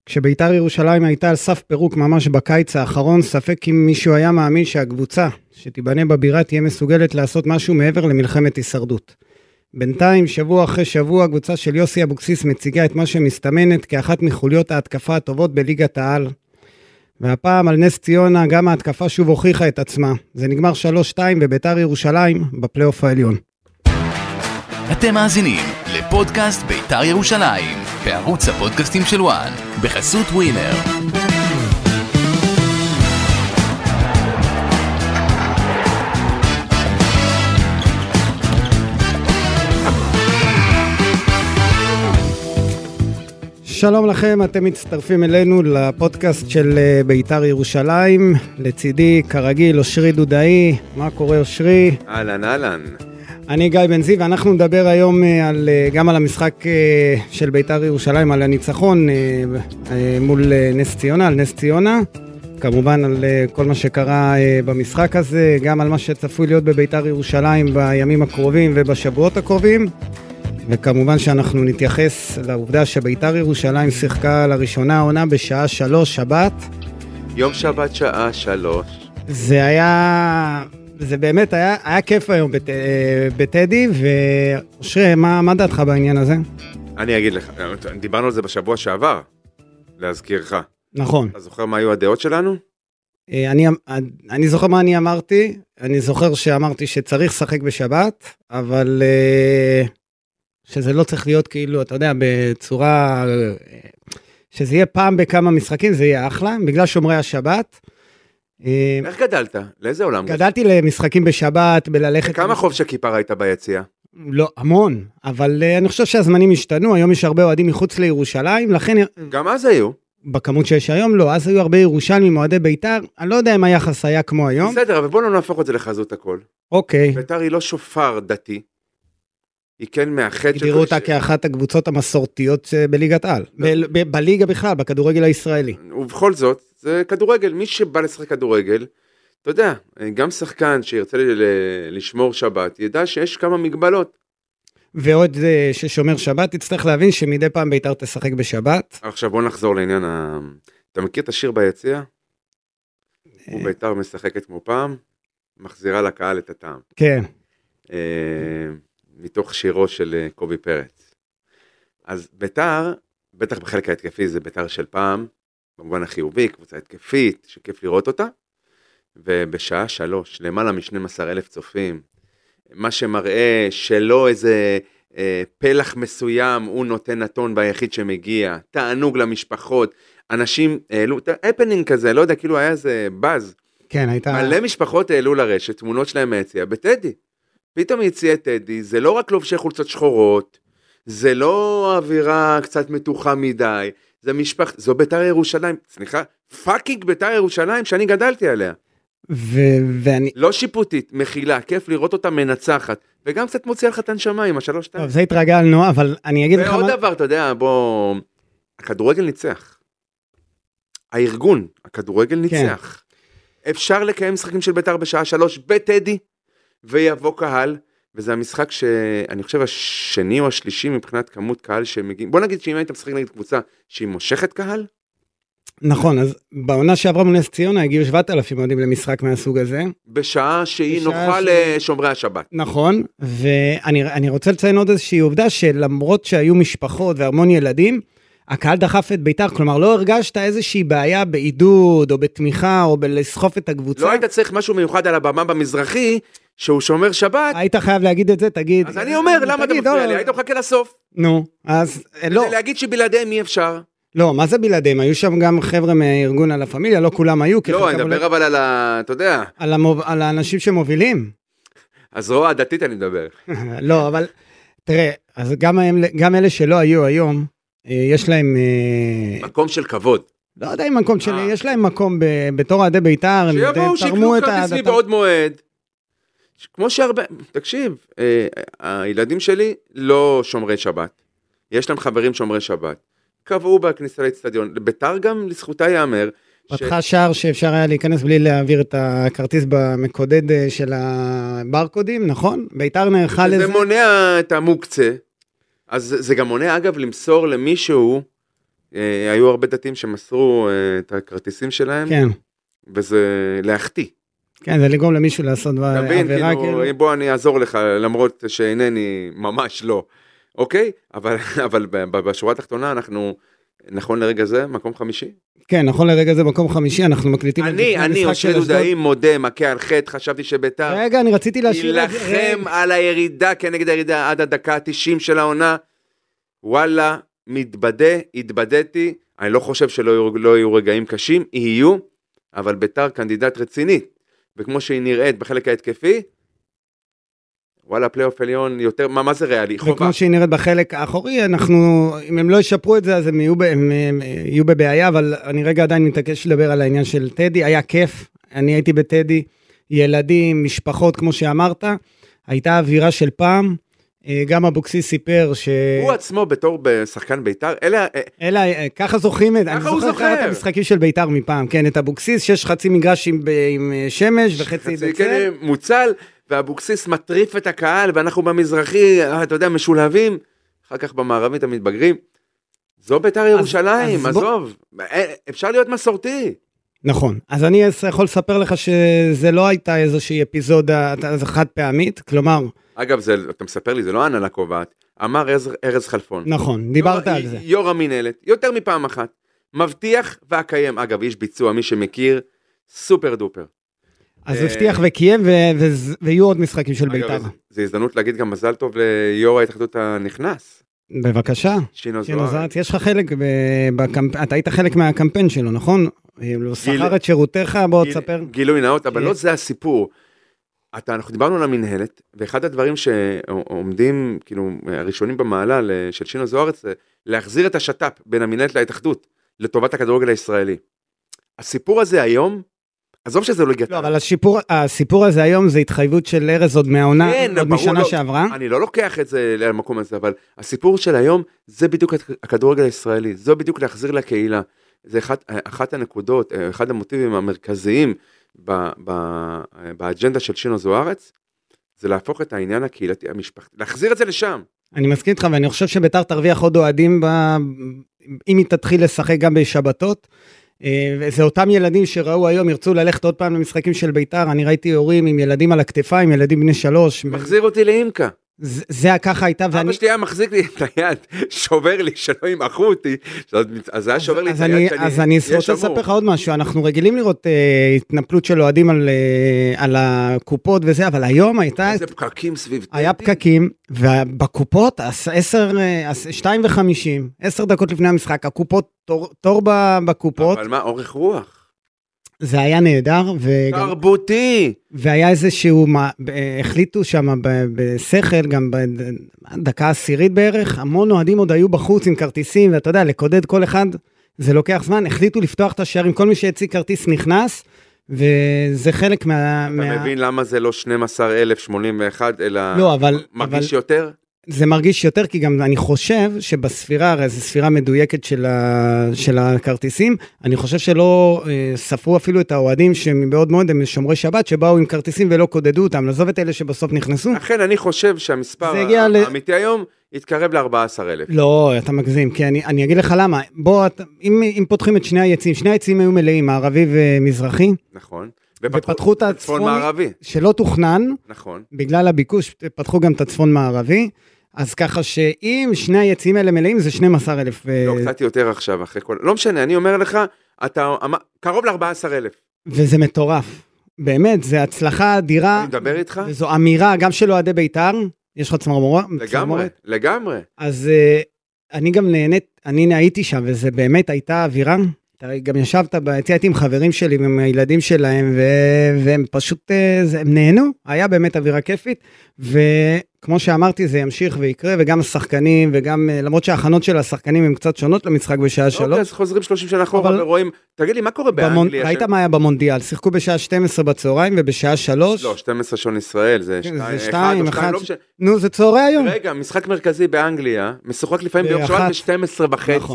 כשביתר ירושלים הייתה על סף פירוק ממש בקיץ האחרון, ספק אם מישהו היה מאמין שהקבוצה שתיבנה בבירה תהיה מסוגלת לעשות משהו מעבר למלחמת הישרדות. בינתיים, שבוע אחרי שבוע, הקבוצה של יוסי אבוקסיס מציגה את מה שמסתמנת כאחת מחוליות ההתקפה הטובות בליגת העל. והפעם על נס ציונה גם ההתקפה שוב הוכיחה את עצמה. זה נגמר 3-2 בביתר ירושלים בפלייאוף העליון. אתם מאזינים לפודקאסט ביתר ירושלים, בערוץ הפודקאסטים של וואן, בחסות ווינר. שלום לכם, אתם מצטרפים אלינו לפודקאסט של ביתר ירושלים. לצידי, כרגיל, אושרי דודאי. מה קורה, אושרי? אהלן, אהלן. אני גיא בן זיו, ואנחנו נדבר היום גם על המשחק של ביתר ירושלים, על הניצחון מול נס ציונה, על נס ציונה. כמובן על כל מה שקרה במשחק הזה, גם על מה שצפוי להיות בביתר ירושלים בימים הקרובים ובשבועות הקרובים. וכמובן שאנחנו נתייחס לעובדה שביתר ירושלים שיחקה לראשונה העונה בשעה 3 שבת. יום שבת שעה 3. זה באמת היה כיף היום בטדי, ואושרי, מה דעתך בעניין הזה? אני אגיד לך, דיברנו על זה בשבוע שעבר, להזכירך. נכון. אתה זוכר מה היו הדעות שלנו? אני זוכר מה אני אמרתי, אני זוכר שאמרתי שצריך לשחק בשבת, אבל שזה לא צריך להיות כאילו, אתה יודע, בצורה, שזה יהיה פעם בכמה משחקים, זה יהיה אחלה, בגלל שומרי השבת. איך גדלת? לאיזה עולם? גדלתי למשחקים בשבת, בללכת... כמה חובש הכיפר היית ביציאה? לא, המון, אבל אני חושב שהזמנים השתנו, היום יש הרבה אוהדים מחוץ לירושלים, לכן... גם אז היו. בכמות שיש היום, לא, אז היו הרבה ירושלמים, אוהדי ביתר, אני לא יודע אם היחס היה כמו היום. בסדר, אבל בואו לא נהפוך את זה לחזות הכל. אוקיי. ביתר היא לא שופר דתי, היא כן מאחד... הגדירו אותה כאחת הקבוצות המסורתיות בליגת העל, בליגה בכלל, בכדורגל הישראלי. ובכל זאת, זה כדורגל, מי שבא לשחק כדורגל, אתה יודע, גם שחקן שירצה לשמור שבת, ידע שיש כמה מגבלות. ועוד ששומר שבת, תצטרך להבין שמדי פעם ביתר תשחק בשבת. עכשיו בוא נחזור לעניין, אתה מכיר את השיר ביציאה? וביתר משחקת כמו פעם, מחזירה לקהל את הטעם. כן. מתוך שירו של קובי פרץ. אז ביתר, בטח בחלק ההתקפי זה ביתר של פעם, במובן החיובי, קבוצה התקפית, שכיף לראות אותה, ובשעה 3, למעלה מ-12,000 צופים, מה שמראה שלא איזה פלח מסוים, הוא נותן נתון ביחיד שמגיע, תענוג למשפחות, אנשים העלו, הפנינג כזה, לא יודע, כאילו היה איזה בז, כן, הייתה... מלא משפחות העלו לרשת, תמונות שלהם מהיציאה, בטדי, פתאום יציאה טדי, זה לא רק לובשי חולצות שחורות, זה לא אווירה קצת מתוחה מדי, זה זו ביתר ירושלים, סליחה, פאקינג ביתר ירושלים שאני גדלתי עליה. ואני... לא שיפוטית, מכילה, כיף לראות אותה מנצחת, וגם קצת מוציא לך את הנשמה עם ה3-2. טוב, זה התרגלנו, אבל אני אגיד לך... ועוד דבר, אתה יודע, בוא... הכדורגל ניצח. הארגון, הכדורגל ניצח. אפשר לקיים משחקים של ביתר בשעה 3 בטדי, ויבוא קהל, וזה המשחק שאני חושב השני או השלישי מבחינת כמות קהל שמגיעים. בוא נגיד שאם היית משחק נגד קבוצה שהיא מושכת קהל, נכון, אז בעונה שעברה מנס ציונה הגיעו 7,000 אוהדים למשחק מהסוג הזה. בשעה שהיא נוחה לשומרי השבת. נכון, ואני רוצה לציין עוד איזושהי עובדה שלמרות שהיו משפחות והרמון ילדים, הקהל דחף את ביתר, כלומר לא הרגשת איזושהי בעיה בעידוד או בתמיכה או בלסחוף את הקבוצה. לא היית צריך משהו מיוחד על הבמה במזרחי, שהוא שומר שבת. היית חייב להגיד את זה, תגיד. אז אני אומר, למה אתה מפריע לי? היית מחכה לסוף. נו, אז לא. כדי להגיד שבלעדיהם אי אפשר. לא, מה זה בלעדיהם? היו שם גם חבר'ה מהארגון על הפמיליה, לא כולם היו. לא, אני מדבר אבל על אתה יודע. על האנשים שמובילים. אז רוע הדתית אני מדבר. לא, אבל תראה, אז גם אלה שלא היו היום, יש להם... מקום של כבוד. לא יודע אם מקום של... יש להם מקום בתור עדי ביתר. שיבואו, שיקנו כרטיס מבעוד מועד. כמו שהרבה... תקשיב, הילדים שלי לא שומרי שבת. יש להם חברים שומרי שבת. קבעו בכניסה לאצטדיון. ביתר גם לזכותה יאמר... פתחה שער שאפשר היה להיכנס בלי להעביר את הכרטיס במקודד של הברקודים, נכון? ביתר נערכה לזה. זה מונע את המוקצה. אז זה גם מונע, אגב, למסור למישהו היו הרבה דתיים שמסרו את הכרטיסים שלהם, כן. וזה להחטיא. כן, זה לגרום למישהו לעשות עבירה כאילו. בוא אני אעזור לך, למרות שאינני ממש לא, אוקיי? אבל בשורה התחתונה אנחנו, נכון לרגע זה, מקום 5? כן, נכון לרגע זה מקום 5, אנחנו מקליטים... אני אושר יהודאים מודה, מכה על חטא, חשבתי שביתר... רגע, אני רציתי להשאיר... ילחם על הירידה, כנגד הירידה עד הדקה ה-90 של העונה, וואלה, התבדיתי, אני לא חושב שלא יהיו רגעים קשים, יהיו, אבל ביתר קנדידט רצינית, וכמו שהיא נראית בחלק ההתקפי, וואלה, פלייאוף עליון יותר, מה זה ריאלי? חובה. וכמו שהיא נראית בחלק האחורי, אם הם לא ישפרו את זה, אז הם יהיו בבעיה, אבל אני רגע עדיין מתעקש לדבר על העניין של טדי, היה כיף, אני הייתי בטדי, ילדים, משפחות, כמו שאמרת, הייתה אווירה של פעם, גם אבוקסיס סיפר ש... הוא עצמו בתור שחקן ביתר, ככה זוכרים את... ככה הוא זוכר. את המשחקים של ביתר מפעם, כן, את אבוקסיס, שיש חצי מגרש עם שמש וחצי בצל. כן, מוצל, ואבוקסיס מטריף את הקהל, ואנחנו במזרחי, אתה יודע, משולבים, אחר כך במערבית המתבגרים. זו ביתר ירושלים, עזוב, אפשר להיות מסורתי. נכון, אז אני יכול לספר לך שזה לא הייתה איזושהי אפיזודה חד פעמית, כלומר... אגב, אתה מספר לי, זה לא הנהלה קובעת, אמר ארז חלפון. נכון, דיברת על זה. יו"ר המינהלת, יותר מפעם אחת, מבטיח והקיים, אגב, איש ביצוע, מי שמכיר, סופר דופר. אז הבטיח וקיים, ויהיו עוד משחקים של ביתר. זו הזדמנות להגיד גם מזל טוב ליו"ר ההתאחדות הנכנס. בבקשה. שינו זוארץ. יש לך חלק, אתה היית חלק מהקמפיין שלו, נכון? הוא שכר את שירותיך, בוא תספר. גילוי נאות, אבל לא זה הסיפור. אנחנו דיברנו על המנהלת, ואחד הדברים שעומדים, כאילו, הראשונים במעלה של שינו זוארץ, זה להחזיר את השטאפ בין המנהלת להתאחדות, לטובת הכדורגל הישראלי. הסיפור הזה היום, עזוב שזה לא הגעת. לא, אבל הסיפור הזה היום זה התחייבות של ארז עוד מהעונה, עוד משנה שעברה. אני לא לוקח את זה למקום הזה, אבל הסיפור של היום, זה בדיוק הכדורגל הישראלי, זה בדיוק להחזיר לקהילה. זה אחת הנקודות, אחד המוטיבים המרכזיים באג'נדה של שינו זוארץ, זה להפוך את העניין הקהילתי המשפחתי, להחזיר את זה לשם. אני מסכים איתך, ואני חושב שביתר תרוויח עוד אוהדים, אם היא תתחיל לשחק גם בשבתות, זה אותם ילדים שראו היום, ירצו ללכת עוד פעם למשחקים של ביתר, אני ראיתי הורים עם ילדים על הכתפיים, ילדים בני 3. מחזיר אותי לאימקה. זה ככה הייתה, אבא שלי היה מחזיק לי את היד, שובר לי, שלא ימחו אותי, אז זה היה שובר לי את היד שאני... אז אני רוצה לספר לך עוד משהו, אנחנו רגילים לראות התנפלות של אוהדים על הקופות וזה, אבל היום הייתה... איזה פקקים סביב... היה פקקים, ובקופות, 2:50, 10 דקות לפני המשחק, הקופות, תור בקופות. אבל מה, אורך רוח? זה היה נהדר, תרבותי, והיה איזשהו, החליטו שם בשכל, גם בדקה עשירית בערך, המון אוהדים עוד היו בחוץ עם כרטיסים, ואתה יודע, לקודד כל אחד, זה לוקח זמן, החליטו לפתוח את השערים, כל מי שהציג כרטיס נכנס, וזה חלק אתה מבין למה זה לא 12,081, אלא מרגיש יותר? זה מרגיש יותר, כי גם אני חושב שבספירה, הרי זו ספירה מדויקת של הכרטיסים, אני חושב שלא ספרו אפילו את האוהדים שמבעוד מאוד הם שומרי שבת, שבאו עם כרטיסים ולא קודדו אותם, לעזוב את אלה שבסוף נכנסו. לכן אני חושב שהמספר האמיתי היום יתקרב ל14,000. לא, אתה מגזים, כי אני אגיד לך למה, בוא, אם פותחים את שני היציאים היו מלאים, מערבי ומזרחי. נכון. ופתחו את הצפון מערבי, שלא תוכנן, נכון. בגלל הביקוש, פתחו גם את הצפון מערבי, אז ככה שאם שני היציאים האלה מלאים, זה 12,000. לא, קצת יותר עכשיו, אחרי כל... לא משנה, אני אומר לך, אתה קרוב ל14,000. וזה מטורף. באמת, זה הצלחה אדירה. אני מדבר איתך? וזו אמירה, גם של אוהדי ביתר, יש לך צמרמורת? לגמרי. אז אני גם נהנית, אני הייתי שם, וזה באמת הייתה אווירה. אתה גם ישבת, יצאתי עם חברים שלי, עם הילדים שלהם, והם פשוט, הם נהנו, היה באמת אווירה כיפית, וכמו שאמרתי, זה ימשיך ויקרה, וגם השחקנים, וגם, למרות שההכנות של השחקנים הן קצת שונות למשחק בשעה 3. אוקיי, אז חוזרים 30 שנה אחורה ורואים, תגיד לי, מה קורה באנגליה? ראית מה היה במונדיאל? שיחקו בשעה 12 בצהריים, ובשעה 3. לא, 12 שעון ישראל, זה 2, 1. נו, זה צהרי היום. רגע, משחק מרכזי באנגליה, משוחק לפעמים ביום שבת ב-12:30.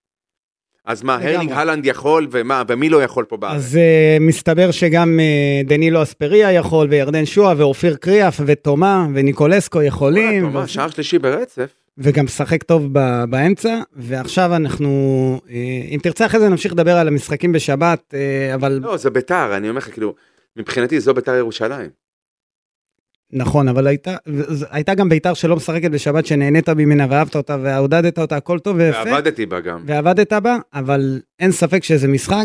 אז מה, הרלינג הלנד יכול, ומי לא יכול פה בארץ? אז מסתבר שגם דנילו אספריה יכול, וירדן שואה, ואופיר קריאף, ותומה, וניקולסקו יכולים. תומה, שער שלישי ברצף. וגם משחק טוב באמצע, ועכשיו אנחנו, אם תרצה אחרי זה נמשיך לדבר על המשחקים בשבת, אבל... לא, זה ביתר, אני אומר לך, כאילו, מבחינתי זו ביתר ירושלים. נכון, אבל הייתה גם ביתר שלא משחקת בשבת, שנהנית ממנה ואהבת אותה, ועודדת אותה, הכל טוב ויפה. ועבדתי בה גם. ועבדת בה, אבל אין ספק שזה משחק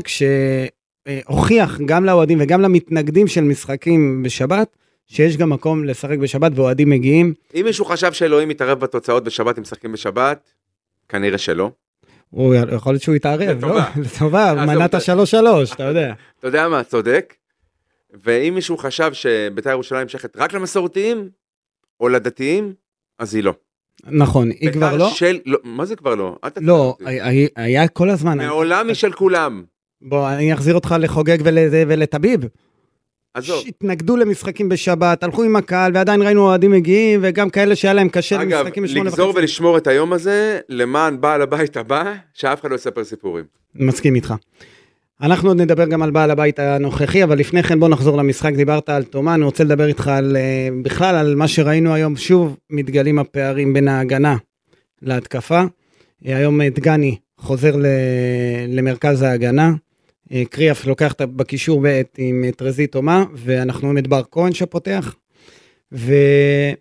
שהוכיח גם לאוהדים וגם למתנגדים של משחקים בשבת, שיש גם מקום לשחק בשבת ואוהדים מגיעים. אם מישהו חשב שאלוהים יתערב בתוצאות בשבת, אם משחקים בשבת, כנראה שלא. הוא יכול להיות שהוא יתערב, לא? לטובה, מנת 3-3, אתה יודע. אתה יודע מה, צודק. ואם מישהו חשב שביתר ירושלים שייכת רק למסורתיים, או לדתיים, אז היא לא. נכון, היא כבר לא. מה זה כבר לא? לא, היה כל הזמן. מעולם היא של כולם. בוא, אני אחזיר אותך לחוגג ולטביב. התנגדו למשחקים בשבת, הלכו עם הקהל, ועדיין ראינו אוהדים מגיעים, וגם כאלה שהיה להם קשה למשחקים אגב, לגזור ולשמור את היום הזה, למען בעל הבית הבא, שאף אחד לא יספר סיפורים. מסכים איתך. אנחנו עוד נדבר גם על בעל הבית הנוכחי, אבל לפני כן בוא נחזור למשחק, דיברת על תומה, אני רוצה לדבר איתך בכלל על מה שראינו היום, שוב מתגלים הפערים בין ההגנה להתקפה, היום דגני חוזר למרכז ההגנה, קריאף לוקח בקישור בעת עם טרזי תומה, ואנחנו עם את בר כהן שפותח, ואיך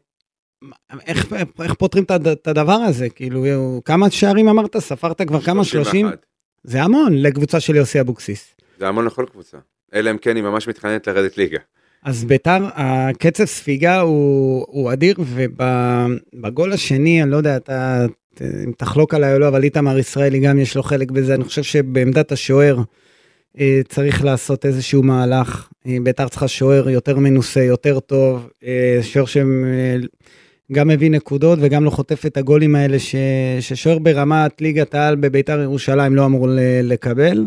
פותרים את הדבר הזה? כאילו, כמה שערים אמרת? ספרת כבר כמה? 30? זה המון לקבוצה של יוסי אבוקסיס. זה המון לכל קבוצה. אלא אם כן היא ממש מתחננת לרדת ליגה. אז ביתר, הקצב ספיגה הוא אדיר, ובגול השני, אני לא יודע, אם תחלוק עליי או לא, אבל איתמר ישראלי גם יש לו חלק בזה, אני חושב שבעמדת השוער צריך לעשות איזשהו מהלך, ביתר צריכה שוער יותר מנוסה, יותר טוב, שוער שגם מביא נקודות וגם לא חוטף את הגולים האלה ששוער ברמת ליגת העל בביתר ירושלים לא אמור לקבל.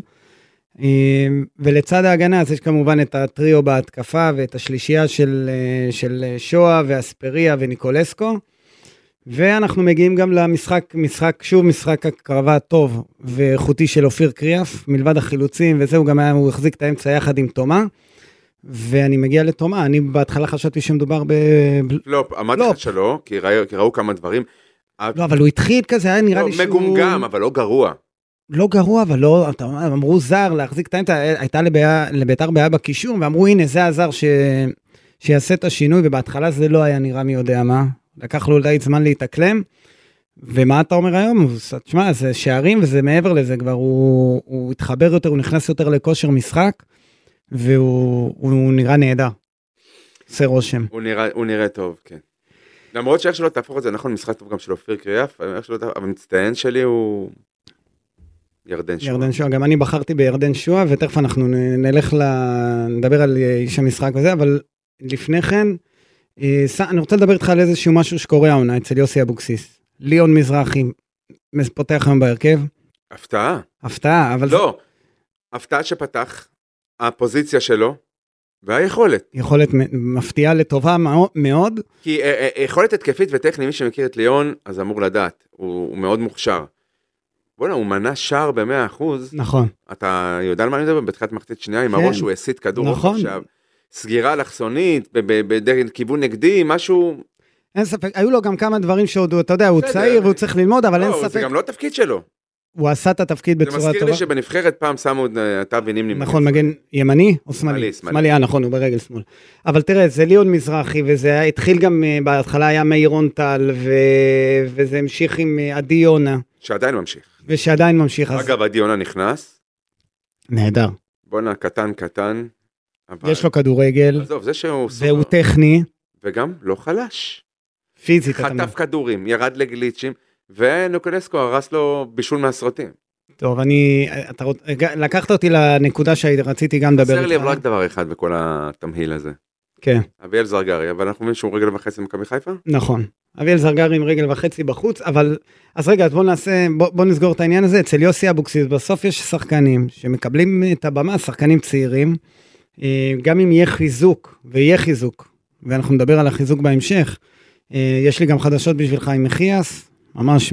ולצד ההגנה אז יש כמובן את הטריו בהתקפה ואת השלישייה של שואה ואספריה וניקולסקו. ואנחנו מגיעים גם למשחק, שוב משחק הקרבה טוב ואיכותי של אופיר קריאף, מלבד החילוצים וזהו, גם הוא החזיק את האמצע יחד עם תומה, ואני מגיע לתומה, אני בהתחלה חשבתי שמדובר לא, אמרתי לך שלא, כי ראו כמה דברים. לא, אבל הוא התחיל כזה, היה נראה לי שהוא... מגומגם, אבל לא גרוע. לא גרוע, אבל לא, אמרו זר להחזיק את האמצע, הייתה לביתר בעיה בקישור, ואמרו הנה זה הזר שיעשה את השינוי, ובהתחלה זה לא היה נראה מי יודע מה. לקח לו די זמן להתאקלם, ומה אתה אומר היום? תשמע, זה שערים וזה מעבר לזה, כבר הוא התחבר יותר, הוא נכנס יותר לכושר משחק, והוא נראה נהדר. עושה רושם. הוא נראה טוב, כן. למרות שאיך שלא תהפוך את זה, נכון, משחק טוב גם של אופיר קריאף, אבל מצטיין שלי הוא ירדן שואה. ירדן שואה, גם אני בחרתי בירדן שואה, ותכף אנחנו נדבר על איש המשחק וזה, אבל לפני כן, אני רוצה לדבר איתך על איזשהו משהו שקורה העונה אצל יוסי אבוקסיס. ליאון מזרחי פותח היום בהרכב. הפתעה. הפתעה, אבל... לא, הפתעה שפתח, הפוזיציה שלו, והיכולת. יכולת מפתיעה לטובה מאוד. כי יכולת התקפית וטכני, מי שמכיר את ליאון, אז אמור לדעת, הוא מאוד מוכשר. בוא'נה, הוא מנה שער ב100%. נכון. אתה יודע על מה אני מדבר? בתחילת מחצית שנייה, עם הראש הוא הסיט כדור. נכון. סגירה אלכסונית, בכיוון נגדי, משהו... אין ספק, היו לו גם כמה דברים שעוד, אתה יודע, הוא צעיר והוא צריך ללמוד, אבל אין ספק... זה גם לא התפקיד שלו. הוא עשה את התפקיד בצורה טובה. זה מזכיר לי שבנבחרת פעם שמו אתה ונימני. נכון, מגן ימני או שמאלי? שמאלי, נכון, הוא ברגל שמאל. אבל תראה, זה ליאון מזרחי, וזה התחיל גם, בהתחלה היה מאירון טל, וזה המשיך עם עדי יונה. שעדיין ממשיך. ושעדיין ממשיך. אגב, עדי יונה נכנס. נהדר. בונה, קטן. יש לו כדורגל. עזוב, זה שהוא... והוא טכני. וגם לא חלש. פיזית. חטף כדורים, ירד לגליצ'ים, וניקולסקו הרס לו בישול מהסרטים. טוב, לקחת אותי לנקודה שרציתי גם לדבר. חסר לי רק דבר אחד בכל התמהיל הזה. כן. אביאל זרגרי, אבל אנחנו מבינים שהוא רגל וחצי מכבי חיפה? נכון. אביאל זרגרי עם רגל וחצי בחוץ, אבל... אז רגע, בוא נסגור את העניין הזה. אצל יוסי אבוקסיס, בסוף יש שחקנים שמקבלים את הבמה, שחקנים צעירים, גם אם יהיה חיזוק, ויהיה חיזוק, ואנחנו נדבר על החיזוק בהמשך, יש לי גם חדשות בשבילך עם מחיאס, ממש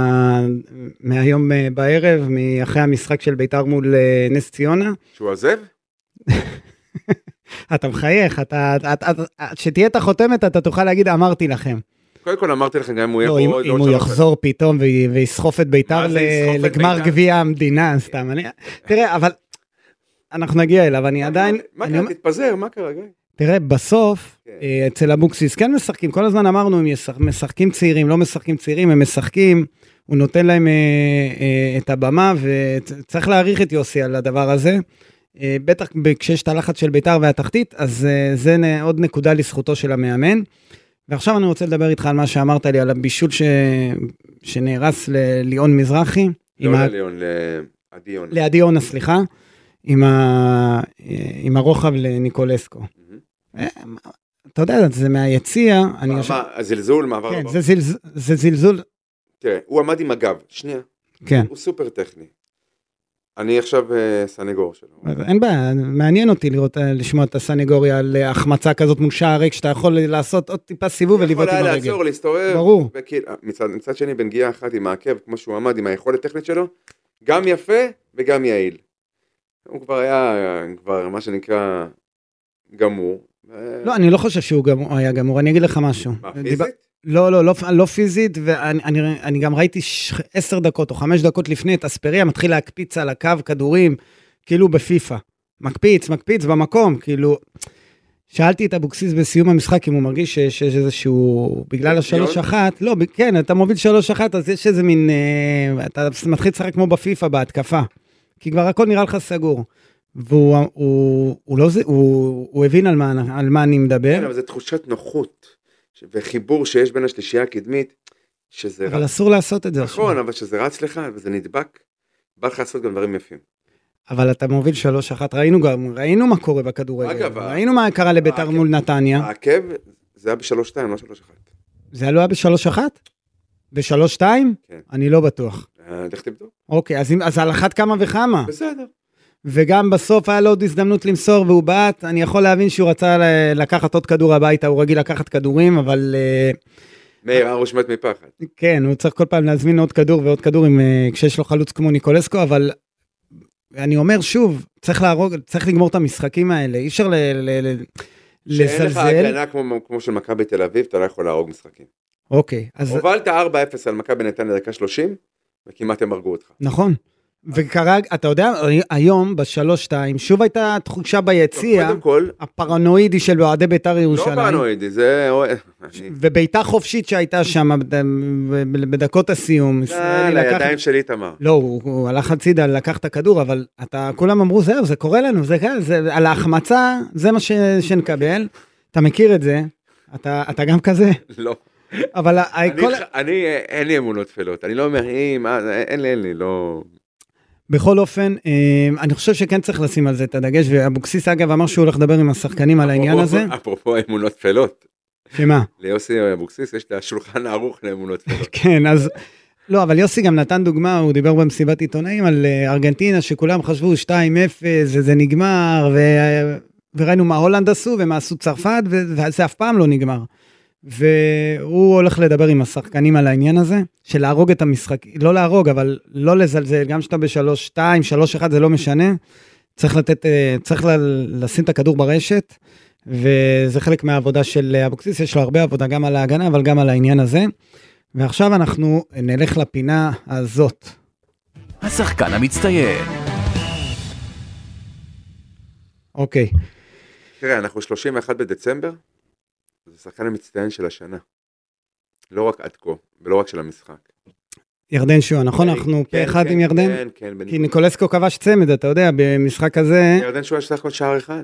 מהיום בערב, מאחרי המשחק של ביתר מול נס ציונה. שהוא עזב? אתה מחייך, שתהיה את החותמת, אתה תוכל להגיד, אמרתי לכם. קודם כל אמרתי לכם, גם אם הוא לא, יבוא... אם הוא יחזור פתאום ויסחוף את ביתר לגמר גביע המדינה, סתם. תראה, אבל אנחנו נגיע אליו, אני עדיין... מה קרה? תתפזר, מה קרה? תראה, בסוף, אצל אבוקסיס כן משחקים, כל הזמן אמרנו, הם משחקים צעירים, לא משחקים צעירים, הם משחקים, הוא נותן להם את הבמה, וצריך להעריך את יוסי על הדבר הזה, בטח כשיש את הלחץ של ביתר והתחתית, אז זה עוד נקודה לזכותו של המאמן, ועכשיו אני רוצה לדבר איתך על מה שאמרת לי, על הבישול שנהרס לליאון מזרחי. לא לליאון, לעדיונה. לעדיונה, סליחה, עם הרוחב לניקולסקו. אתה יודע, זה מהיציע. הזלזול, מעבר כן, זה זלזול. תראה, הוא עמד עם הגב, שנייה. כן. הוא סופר טכני. אני עכשיו סנגור שלו. אין בעיה, מעניין אותי לשמוע את הסנגוריה על החמצה כזאת מול שער ריק, שאתה יכול לעשות עוד טיפה סיבוב ולבעוט עם הרגל. יכול היה לעצור, להסתובב. ברור. מצד שני, בנגיעה אחת עם העקב, כמו שהוא עמד, עם היכולת טכנית שלו, גם יפה וגם יעיל. הוא כבר היה, מה שנקרא, גמור. לא, אני לא חושב שהוא היה גמור, אני אגיד לך משהו. מה, פיזית? לא פיזית, ואני גם ראיתי 10 דקות או 5 דקות לפני את אספריה, מתחיל להקפיץ על הקו כדורים, כאילו בפיפה. מקפיץ במקום, כאילו... שאלתי את אבוקסיס בסיום המשחק, אם הוא מרגיש שיש איזשהו, בגלל ה3-1, לא, כן, אתה מוביל 3-1, אז יש איזה מין, אתה מתחיל לשחק כמו בפיפה, בהתקפה. כי כבר הכל נראה לך סגור. והוא הבין על מה אני מדבר. כן, אבל זה תחושת נוחות, וחיבור שיש בין השלישייה הקדמית, שזה... אבל אסור לעשות את זה. נכון, אבל שזה רץ לך, וזה נדבק, בא לך לעשות גם דברים יפים. אבל אתה מוביל 3-1, ראינו מה קורה בכדורגל, ראינו מה קרה לביתר מול נתניה. העקב, זה היה ב-3-2, לא 3-1. זה לא היה ב-3-1? ב-3-2? כן. אני לא בטוח. לך תבדוק. אוקיי, אז על אחת כמה וכמה. בסדר. וגם בסוף היה לו עוד הזדמנות למסור, והוא בעט, אני יכול להבין שהוא רצה לקחת עוד כדור הביתה, הוא רגיל לקחת כדורים, אבל... מאיר, הראש מת מפחד. כן, הוא צריך כל פעם להזמין עוד כדור ועוד כדור, כשיש לו חלוץ כמו ניקולסקו, אבל אני אומר שוב, צריך לגמור את המשחקים האלה, אי אפשר לזלזל. שאין לך הגנה כמו של מכבי תל אביב, אתה לא יכול להרוג משחקים. אוקיי. הובלת 4-0 על מכבי נתניה לדקה 30, וכמעט הם הרגו אותך. נכון. וקרה, אתה יודע, היום ב3-2, שוב הייתה תחושה ביציע, הפרנואידי של אוהדי ביתר ירושלים. לא פרנואידי, זה... וביתה חופשית שהייתה שם בדקות הסיום. לידיים שלי תמר. לא, הוא הלך הצידה, לקח את הכדור, אבל כולם אמרו, זהו, זה קורה לנו, על ההחמצה, זה מה שנקבל. אתה מכיר את זה? אתה גם כזה? לא. אבל... אין לי אמונות תפלות, אני לא אומר, אין לי, לא... בכל אופן, אני חושב שכן צריך לשים על זה את הדגש, ואבוקסיס אגב אמר שהוא הולך לדבר עם השחקנים על העניין הזה. אפרופו אמונות תפלות. שמה? ליוסי אבוקסיס יש את השולחן הערוך לאמונות תפלות. כן, אז... לא, אבל יוסי גם נתן דוגמה, הוא דיבר במסיבת עיתונאים על ארגנטינה, שכולם חשבו 2-0, זה נגמר, וראינו מה הולנד עשו, ומה עשו צרפת, וזה אף פעם לא נגמר. והוא הולך לדבר עם השחקנים על העניין הזה, של להרוג את המשחק, לא להרוג, אבל לא לזלזל, גם שאתה ב3-2, 3-1 זה לא משנה, צריך לשים את הכדור ברשת, וזה חלק מהעבודה של אבוקסיס, יש לו הרבה עבודה גם על ההגנה, אבל גם על העניין הזה, ועכשיו אנחנו נלך לפינה הזאת. השחקן המצטיין. אוקיי. תראה, אנחנו 31 בדצמבר, זה שחקן המצטיין של השנה. לא רק עד כה, ולא רק של המשחק. ירדן שועה, נכון? אנחנו פה אחד עם ירדן? כן, כן. כי ניקולסקו כבש צמד, אתה יודע, במשחק הזה... ירדן שועה שסך כל שער אחד.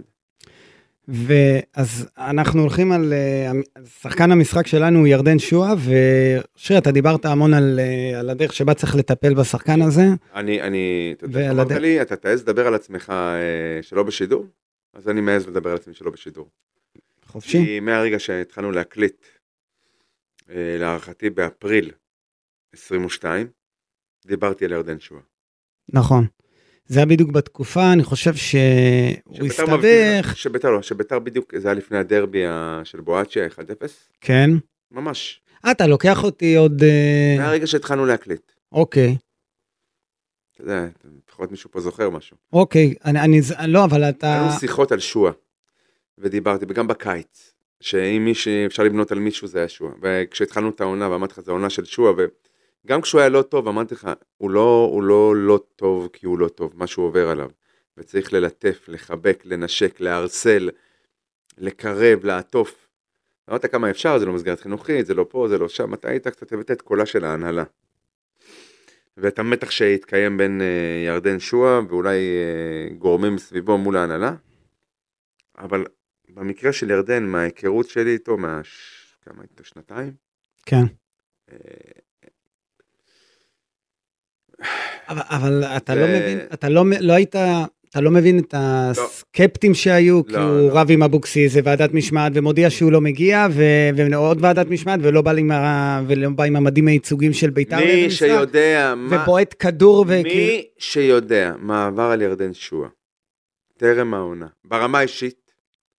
ואז אנחנו הולכים על... שחקן המשחק שלנו הוא ירדן שועה, ושרי, אתה דיברת המון על הדרך שבה צריך לטפל בשחקן הזה. אתה אמרת לי, אתה תעז לדבר על עצמך שלא בשידור? אז אני מעז לדבר על עצמי שלא בשידור. חופשי. כי מהרגע שהתחלנו להקליט, להערכתי באפריל 22, דיברתי על ירדן שועה. נכון. זה היה בדיוק בתקופה, אני חושב שהוא הסתבך. שביתר בדיוק, זה היה לפני הדרבי של בואצ'ה, 1-0. כן. ממש. אתה לוקח אותי עוד... מהרגע שהתחלנו להקליט. אוקיי. אתה יודע, לפחות מישהו פה זוכר משהו. אוקיי, לא, אבל אתה... היו שיחות על שועה. ודיברתי, וגם בקיץ, שאם אפשר לבנות על מישהו זה היה שועה, וכשהתחלנו את העונה ואמרתי לך זה העונה של שועה, וגם כשהוא היה לא טוב אמרתי לך, הוא לא טוב כי הוא לא טוב, מה שהוא עובר עליו, וצריך ללטף, לחבק, לנשק, להרסל, לקרב, לעטוף, אמרת כמה אפשר, זה לא מסגרת חינוכית, זה לא פה, זה לא שם, אתה היית קצת הבאת את קולה של ההנהלה, ואת המתח שהתקיים בין ירדן שועה, ואולי גורמים סביבו מול ההנהלה, אבל במקרה של ירדן, מההיכרות שלי איתו, כמה איתו, שנתיים? כן. אבל אתה לא מבין, אתה לא מבין את הסקפטים שהיו, כי הוא רב עם אבוקסיס, זה ועדת משמעת, ומודיע שהוא לא מגיע, ועוד ועדת משמעת, ולא בא עם המדים הייצוגים של בית"ר. מי שיודע, ובועט כדור, מי שיודע מה עבר על ירדן שועה, טרם העונה, ברמה אישית,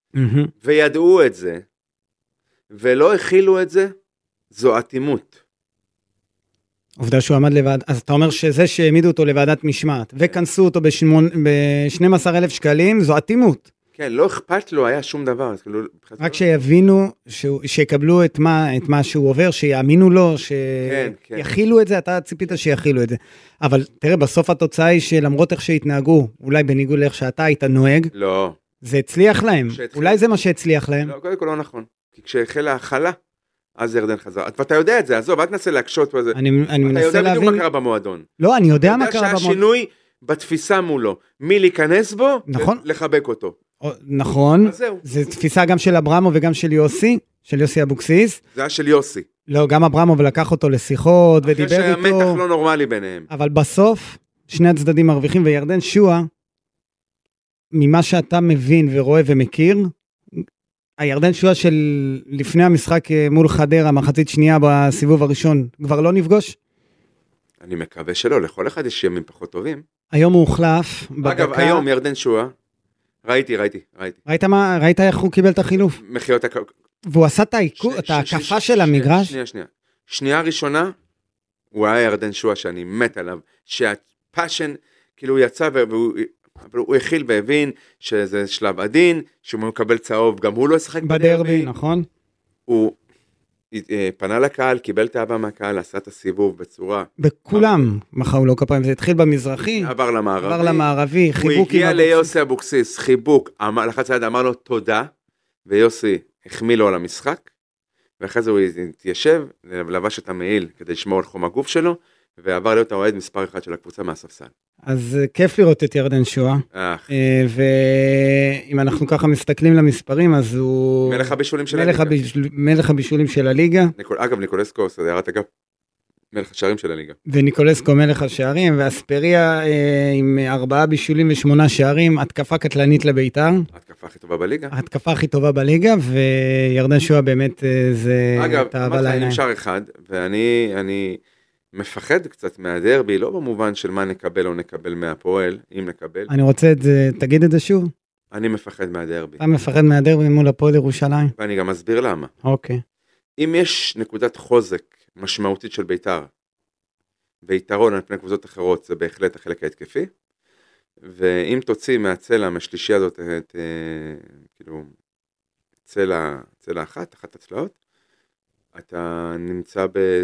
וידעו את זה, ולא הכילו את זה, זו אטימות. עובדה שהוא עמד לבד, אז אתה אומר שזה שהעמידו אותו לוועדת משמעת, וכנסו אותו ב-12,000 שקלים, זו אטימות. כן, לא אכפת לו, היה שום דבר. רק שיבינו, שיקבלו את מה שהוא עובר, שיאמינו לו, שיחילו את זה, אתה ציפית שיחילו את זה. אבל תראה, בסוף התוצאה היא שלמרות איך שהתנהגו, אולי בניגוד לאיך שאתה היית נוהג, לא. זה הצליח להם. אולי זה מה שהצליח להם. לא, קודם כל לא נכון. כי כשהחלה ההחלה, אז ירדן חזר. ואתה יודע את זה, עזוב, אל תנסה להקשות בזה. אני מנסה להבין. אתה יודע בדיוק מה קרה במועדון. לא, אני יודע מה קרה במועדון. שהשינוי בתפיסה מולו, מי להיכנס בו, לחבק אותו. נכון, זה תפיסה גם של אברמו וגם של יוסי אבוקסיס. זה היה של יוסי. לא, גם אברמו ולקח אותו לשיחות ודיבר איתו. אחרי שהמתח לא נורמלי ביניהם. אבל בסוף, שני הצדדים מרוויחים, וירדן שועה, ממה שאתה מבין ורואה ומכיר, הירדן שועה של לפני המשחק מול חדרה, מחצית שנייה בסיבוב הראשון, כבר לא נפגוש? אני מקווה שלא, לכל אחד יש ימים פחות טובים. היום הוא הוחלף. אגב, היום ירדן שועה, ראיתי. ראית איך הוא קיבל את החילוף? מחיאות והוא עשה את ההקפה של המגרש? שנייה ראשונה, הוא היה ירדן שועה שאני מת עליו, שהפאשן, כאילו הוא יצא אבל הוא הכיל והבין שזה שלב עדין, שהוא מקבל צהוב, גם הוא לא ישחק בדרבי, נכון? הוא פנה לקהל, קיבל את האהבה מהקהל, עשה את הסיבוב בצורה... בכולם, מחאו לו כפיים, זה התחיל במזרחי, עבר למערבי, חיבוק עם הוא הגיע ליוסי אבוקסיס, חיבוק, לחץ היד, אמר לו תודה, ויוסי החמיא לו על המשחק, ואחרי זה הוא התיישב, לבש את המעיל כדי לשמור על חום הגוף שלו, ועבר להיות האוהד מספר אחד של הקבוצה מהספסל. אז כיף לראות את ירדן שועה, ואם אנחנו ככה מסתכלים למספרים, אז הוא... מלך הבישולים של הליגה. אגב, ניקולסקו, זה ירד אגב, מלך השערים של הליגה. וניקולסקו מלך השערים, ואספריה עם 4 בישולים ו8 שערים, התקפה קטלנית לביתר. התקפה הכי טובה בליגה, וירדן שועה באמת זה... אגב, אמרת עם שער אחד, ואני... מפחד קצת מהדרבי, לא במובן של מה נקבל או נקבל מהפועל, אם נקבל. אני רוצה את זה, תגיד את זה שוב. אני מפחד מהדרבי. אתה מפחד מהדרבי מול הפועל ירושלים? ואני גם אסביר למה. אוקיי. אם יש נקודת חוזק משמעותית של ביתר, ויתרון על פני קבוצות אחרות, זה בהחלט החלק ההתקפי, ואם תוציא מהצלע, מהשלישייה הזאת, כאילו, צלע אחת הצלעות, אתה נמצא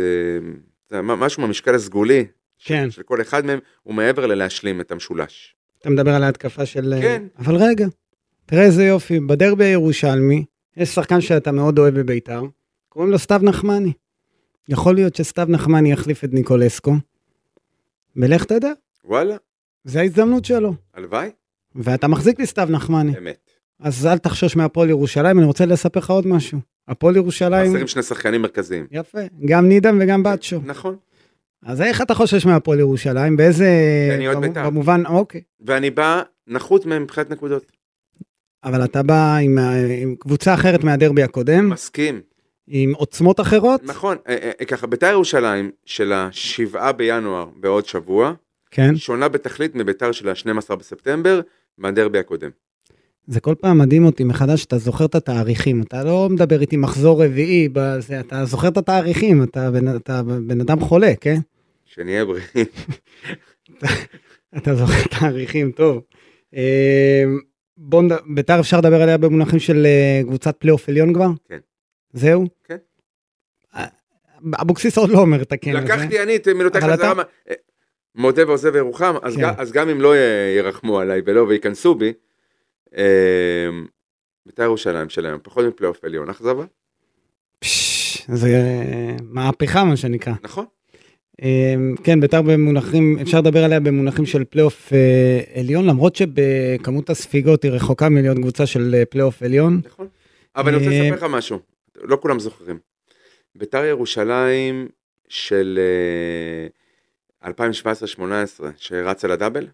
משהו מהמשקל הסגולי, כן. של כל אחד מהם, הוא מעבר ללהשלים את המשולש. אתה מדבר על ההתקפה של... כן. אבל רגע, תראה איזה יופי, בדרבי הירושלמי, יש שחקן שאתה מאוד אוהב בביתר, קוראים לו סתיו נחמני. יכול להיות שסתיו נחמני יחליף את ניקולסקו, ולך תדע. וואלה. זה ההזדמנות שלו. הלוואי. ואתה מחזיק בסתיו נחמני. אמת. אז אל תחשוש מהפועל ירושלים, אני רוצה לספר לך עוד משהו. הפועל ירושלים... חסרים 2 שחקנים מרכזיים. יפה, גם נידם וגם בטשו. נכון. אז איך אתה חושש מהפועל ירושלים? באיזה... אני עוד ביתר. במובן, אוקיי. ואני בא נחות מהם מבחינת נקודות. אבל אתה בא עם קבוצה אחרת מהדרבי הקודם. מסכים. עם עוצמות אחרות. נכון, ככה, ביתר ירושלים של 7 בינואר בעוד שבוע, כן. שונה בתכלית מביתר של 12 בספטמבר, מהדרבי הקודם. זה כל פעם מדהים אותי מחדש, אתה זוכר את התאריכים, אתה לא מדבר איתי מחזור רביעי, אתה זוכר את התאריכים, אתה בן אדם חולה, כן? שנהיה בריאים. אתה זוכר תאריכים, טוב. ביתר אפשר לדבר עליה במונחים של קבוצת פלייאוף עליון כבר? כן. זהו? כן. אבוקסיס עוד לא אומר את הכן. לקחתי אני את מילותיך חזרה, מודה ועוזב וירוחם, אז גם אם לא ירחמו עליי ולא וייכנסו בי, ביתר ירושלים שלהם, פחות מפלייאוף עליון, אכזבה? זה מהפכה מה שנקרא. נכון. כן, ביתר במונחים, אפשר לדבר עליה במונחים של פלייאוף עליון, למרות שבכמות הספיגות היא רחוקה מלהיות קבוצה של פלייאוף עליון. נכון. אבל אני רוצה לספר לך משהו, לא כולם זוכרים. ביתר ירושלים של 2017-2018, שרצה לדאבל?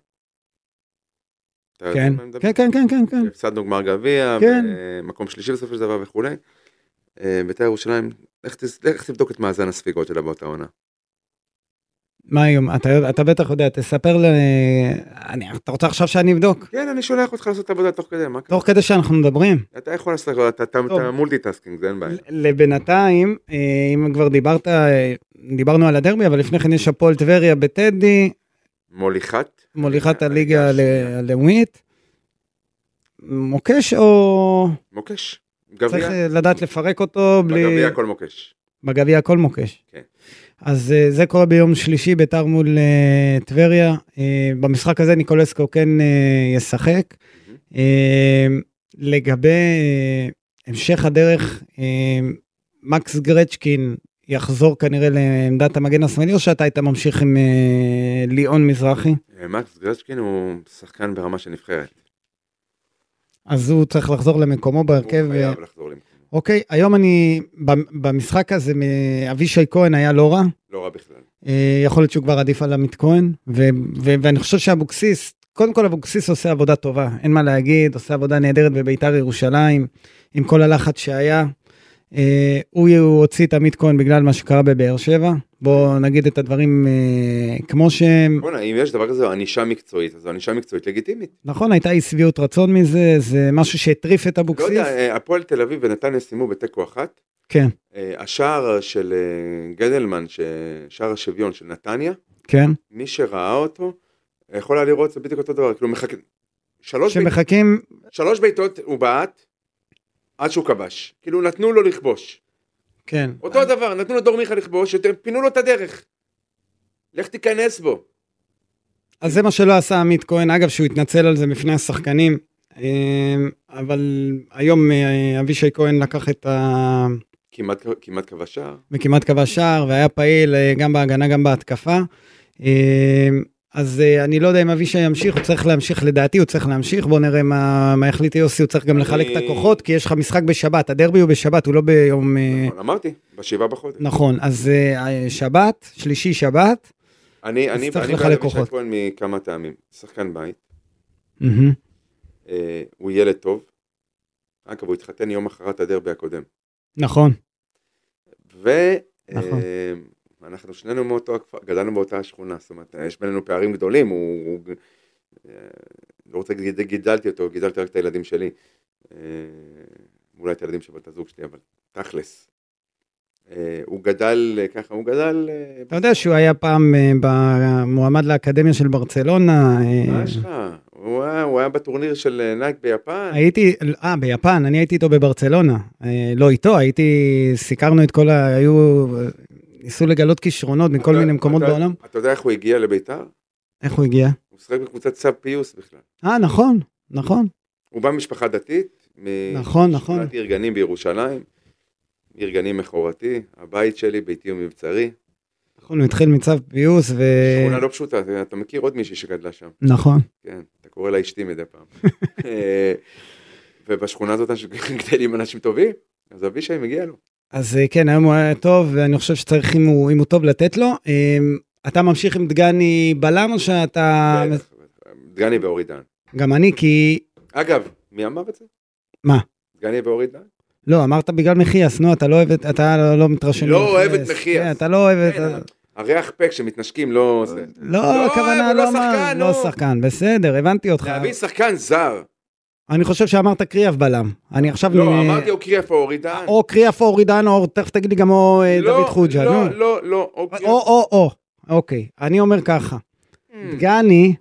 כן, כן, כן, כן, כן. הפסדנו גמר גביע, מקום שלישי בסופו של דבר וכו'. ביתר ירושלים, איך תבדוק את מאזן הספיגות שלה באותה עונה? מה היום? אתה בטח יודע, תספר לי, אתה רוצה עכשיו שאני אבדוק? כן, אני שולח אותך לעשות עבודה תוך כדי, מה? תוך כדי שאנחנו מדברים. אתה יכול לעשות, אתה מולטיטאסקינג, זה אין בעיה. לבינתיים, אם כבר דיברנו על הדרבי, אבל לפני כן יש הפועל טבריה בטדי. מוליכת הליגה הלאומית. מוקש או... מוקש. צריך לדעת לפרק אותו בלי... בגביע הכל מוקש. בגביע הכל מוקש. כן. אז זה קורה ביום שלישי, ביתר מול טבריה. במשחק הזה ניקולסקו כן ישחק. לגבי המשך הדרך, מקס גרצ'קין יחזור כנראה לעמדת המגן השמאלי, או שאתה היית ממשיך עם ליאון מזרחי? מקס גרצ'קין הוא שחקן ברמה של נבחרת. אז הוא צריך לחזור למקומו בהרכב. הוא חייב לחזור למקומו. אוקיי, היום אני, במשחק הזה, אבישי כהן היה לא רע. לא רע בכלל. יכול להיות שהוא כבר עדיף על עמית כהן, ואני חושב שאבוקסיס, קודם כל אבוקסיס עושה עבודה טובה, אין מה להגיד, עושה עבודה נהדרת בביתר ירושלים, עם כל הלחץ שהיה. הוא הוציא את עמית כהן בגלל מה שקרה בבאר שבע, בואו נגיד את הדברים כמו שהם. בוא'נה, אם יש דבר כזה, ענישה מקצועית, אז ענישה מקצועית לגיטימית. נכון, הייתה אי שביעות רצון מזה, זה משהו שהטריף את אבוקסיס. לא יודע, הפועל תל אביב ונתניה סיימו בתיקו אחת. כן. השער של גדלמן, שער השוויון של נתניה, כן. מי שראה אותו, יכול היה לראות, זה בדיוק אותו דבר, כאילו מחכים, שלוש בעיטות הוא בעט, עד שהוא כבש. כאילו נתנו לו לכבוש. כן. אותו דבר, נתנו לו דור מיכה לכבוש, פינו לו את הדרך. לך תיכנס בו. אז זה מה שלא עשה עמית כהן, אגב שהוא התנצל על זה בפני השחקנים, אבל היום אבישי כהן לקח את כמעט כבש שער. וכמעט כבש שער, והיה פעיל גם בהגנה גם בהתקפה. אז אני לא יודע אם אבישי ימשיך, הוא צריך להמשיך, לדעתי הוא צריך להמשיך, בוא נראה מה יחליט יוסי, הוא צריך גם לחלק את הכוחות, כי יש לך משחק בשבת, הדרבי הוא בשבת, הוא לא ביום... נכון, אמרתי, בשבעה בחודש. נכון, אז שבת, שלישי שבת, אני בעד אבישי כהן מכמה טעמים, שחקן בית, הוא ילד טוב, אגב, הוא התחתן יום אחרת הדרבי הקודם. נכון. אנחנו שנינו מאותו הכפר, גדלנו באותה השכונה, זאת אומרת, יש בינינו פערים גדולים, לא רוצה להגיד, גידלתי רק את הילדים שלי, אולי את הילדים של בת הזוג שלי, אבל תכלס. הוא גדל ככה, אתה יודע שהוא היה פעם במועמד לאקדמיה של ברצלונה. מה יש לך? הוא היה בטורניר של נייק ביפן. ביפן, אני הייתי איתו בברצלונה. לא איתו, סיקרנו את כל ניסו לגלות כישרונות מכל מיני מקומות בעולם. אתה יודע איך הוא הגיע לביתר? איך הוא הגיע? הוא שחק בקבוצת סב פיוס בכלל. נכון. הוא בא ממשפחה דתית. נכון. משכונת ארגנים בירושלים. ארגנים מחורתי. הבית שלי, ביתי ומבצרי. נכון, הוא התחיל מצב פיוס שכונה לא פשוטה, אתה מכיר עוד מישהי שגדלה שם. נכון. כן, אתה קורא לה אשתי מדי פעם. ובשכונה הזאת גדלים אנשים טובים, אז אבישי מגיע לו. אז כן, היום הוא היה טוב, ואני חושב שצריך אם הוא טוב לתת לו. אתה ממשיך עם דגני בלם, או שאתה... דגני ואורי דן. גם אני, כי... אגב, מי אמר את זה? מה? דגני ואורי דן? לא, אמרת בגלל מחייס, נו, אתה לא מתרשם. לא אוהב את מחייס. אתה לא אוהב את... הריח פק שמתנשקים לא... לא, הכוונה לא שחקן, בסדר, הבנתי אותך. להביא שחקן זר. אני חושב שאמרת קריאף בלם. אני עכשיו... לא, אמרתי או קריאף או אורידן. או קריאף או אורידן, או תכף תגיד לי גם או דוד חוג'ה. לא. או. אוקיי, אני אומר ככה. דגני...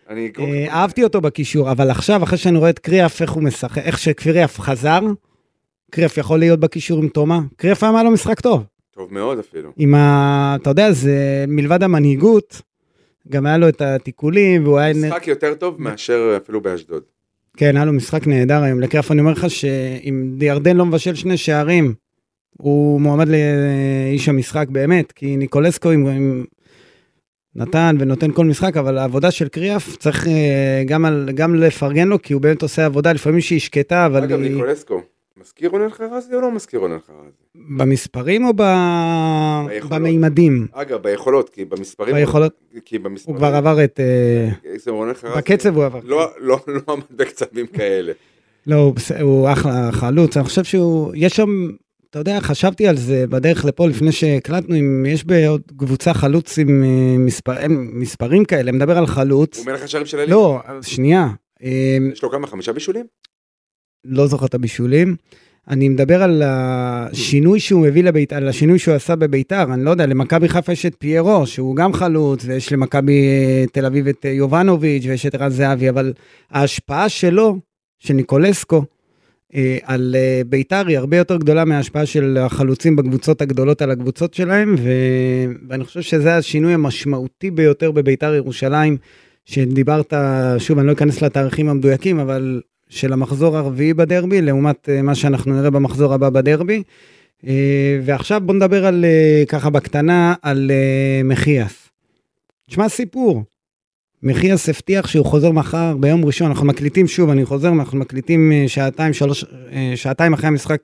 אהבתי אותו בקישור, אבל עכשיו, אחרי שאני רואה את קריאף, איך הוא משחק, איך שקריאף חזר, קריאף יכול להיות בקישור עם תומה, קריאף היה לו משחק טוב. טוב מאוד אפילו. אתה יודע, זה מלבד המנהיגות, גם היה לו את התיקולים, והוא היה... משחק יותר טוב מאשר אפילו באשדוד. כן, היה לו משחק נהדר היום. לקריאף אני אומר לך שאם ירדן לא מבשל 2 שערים, הוא מועמד לאיש המשחק באמת, כי ניקולסקו נתן ונותן כל משחק, אבל העבודה של קריאף צריך גם לפרגן לו, כי הוא באמת עושה עבודה, לפעמים שהיא שקטה, אבל... אגב, ניקולסקו, מזכיר רונן חרזי או לא מזכיר רונן חרזי? במספרים או במימדים? אגב, ביכולות, כי במספרים... הוא כבר עבר את... בקצב הוא עבר. לא עמד בקצבים כאלה. לא, הוא אחלה חלוץ, אני חושב שהוא... יש שם... אתה יודע, חשבתי על זה בדרך לפה לפני שהקלטנו, אם יש בעוד קבוצה חלוץ עם מספרים כאלה, מדבר על חלוץ. הוא מלך השערים של הליגה? לא, שנייה. יש לו כמה? 5 בישולים? לא זוכר את הבישולים. אני מדבר על השינוי שהוא הביא לביתר, על השינוי שהוא עשה בביתר, אני לא יודע, למכבי חיפה יש את פיירו, שהוא גם חלוץ, ויש למכבי תל אביב את יובנוביץ' ויש את רז זהבי, אבל ההשפעה שלו, של ניקולסקו, על ביתר היא הרבה יותר גדולה מההשפעה של החלוצים בקבוצות הגדולות על הקבוצות שלהם, ואני חושב שזה השינוי המשמעותי ביותר בביתר ירושלים, שדיברת, שוב אני לא אכנס לתאריכים המדויקים, אבל של המחזור הרביעי בדרבי, לעומת מה שאנחנו נראה במחזור הבא בדרבי, ועכשיו בוא נדבר על, ככה בקטנה, על מחייס. תשמע סיפור, מחייס הבטיח שהוא חוזר מחר ביום ראשון, אנחנו מקליטים שוב, אנחנו מקליטים שעתיים אחרי המשחק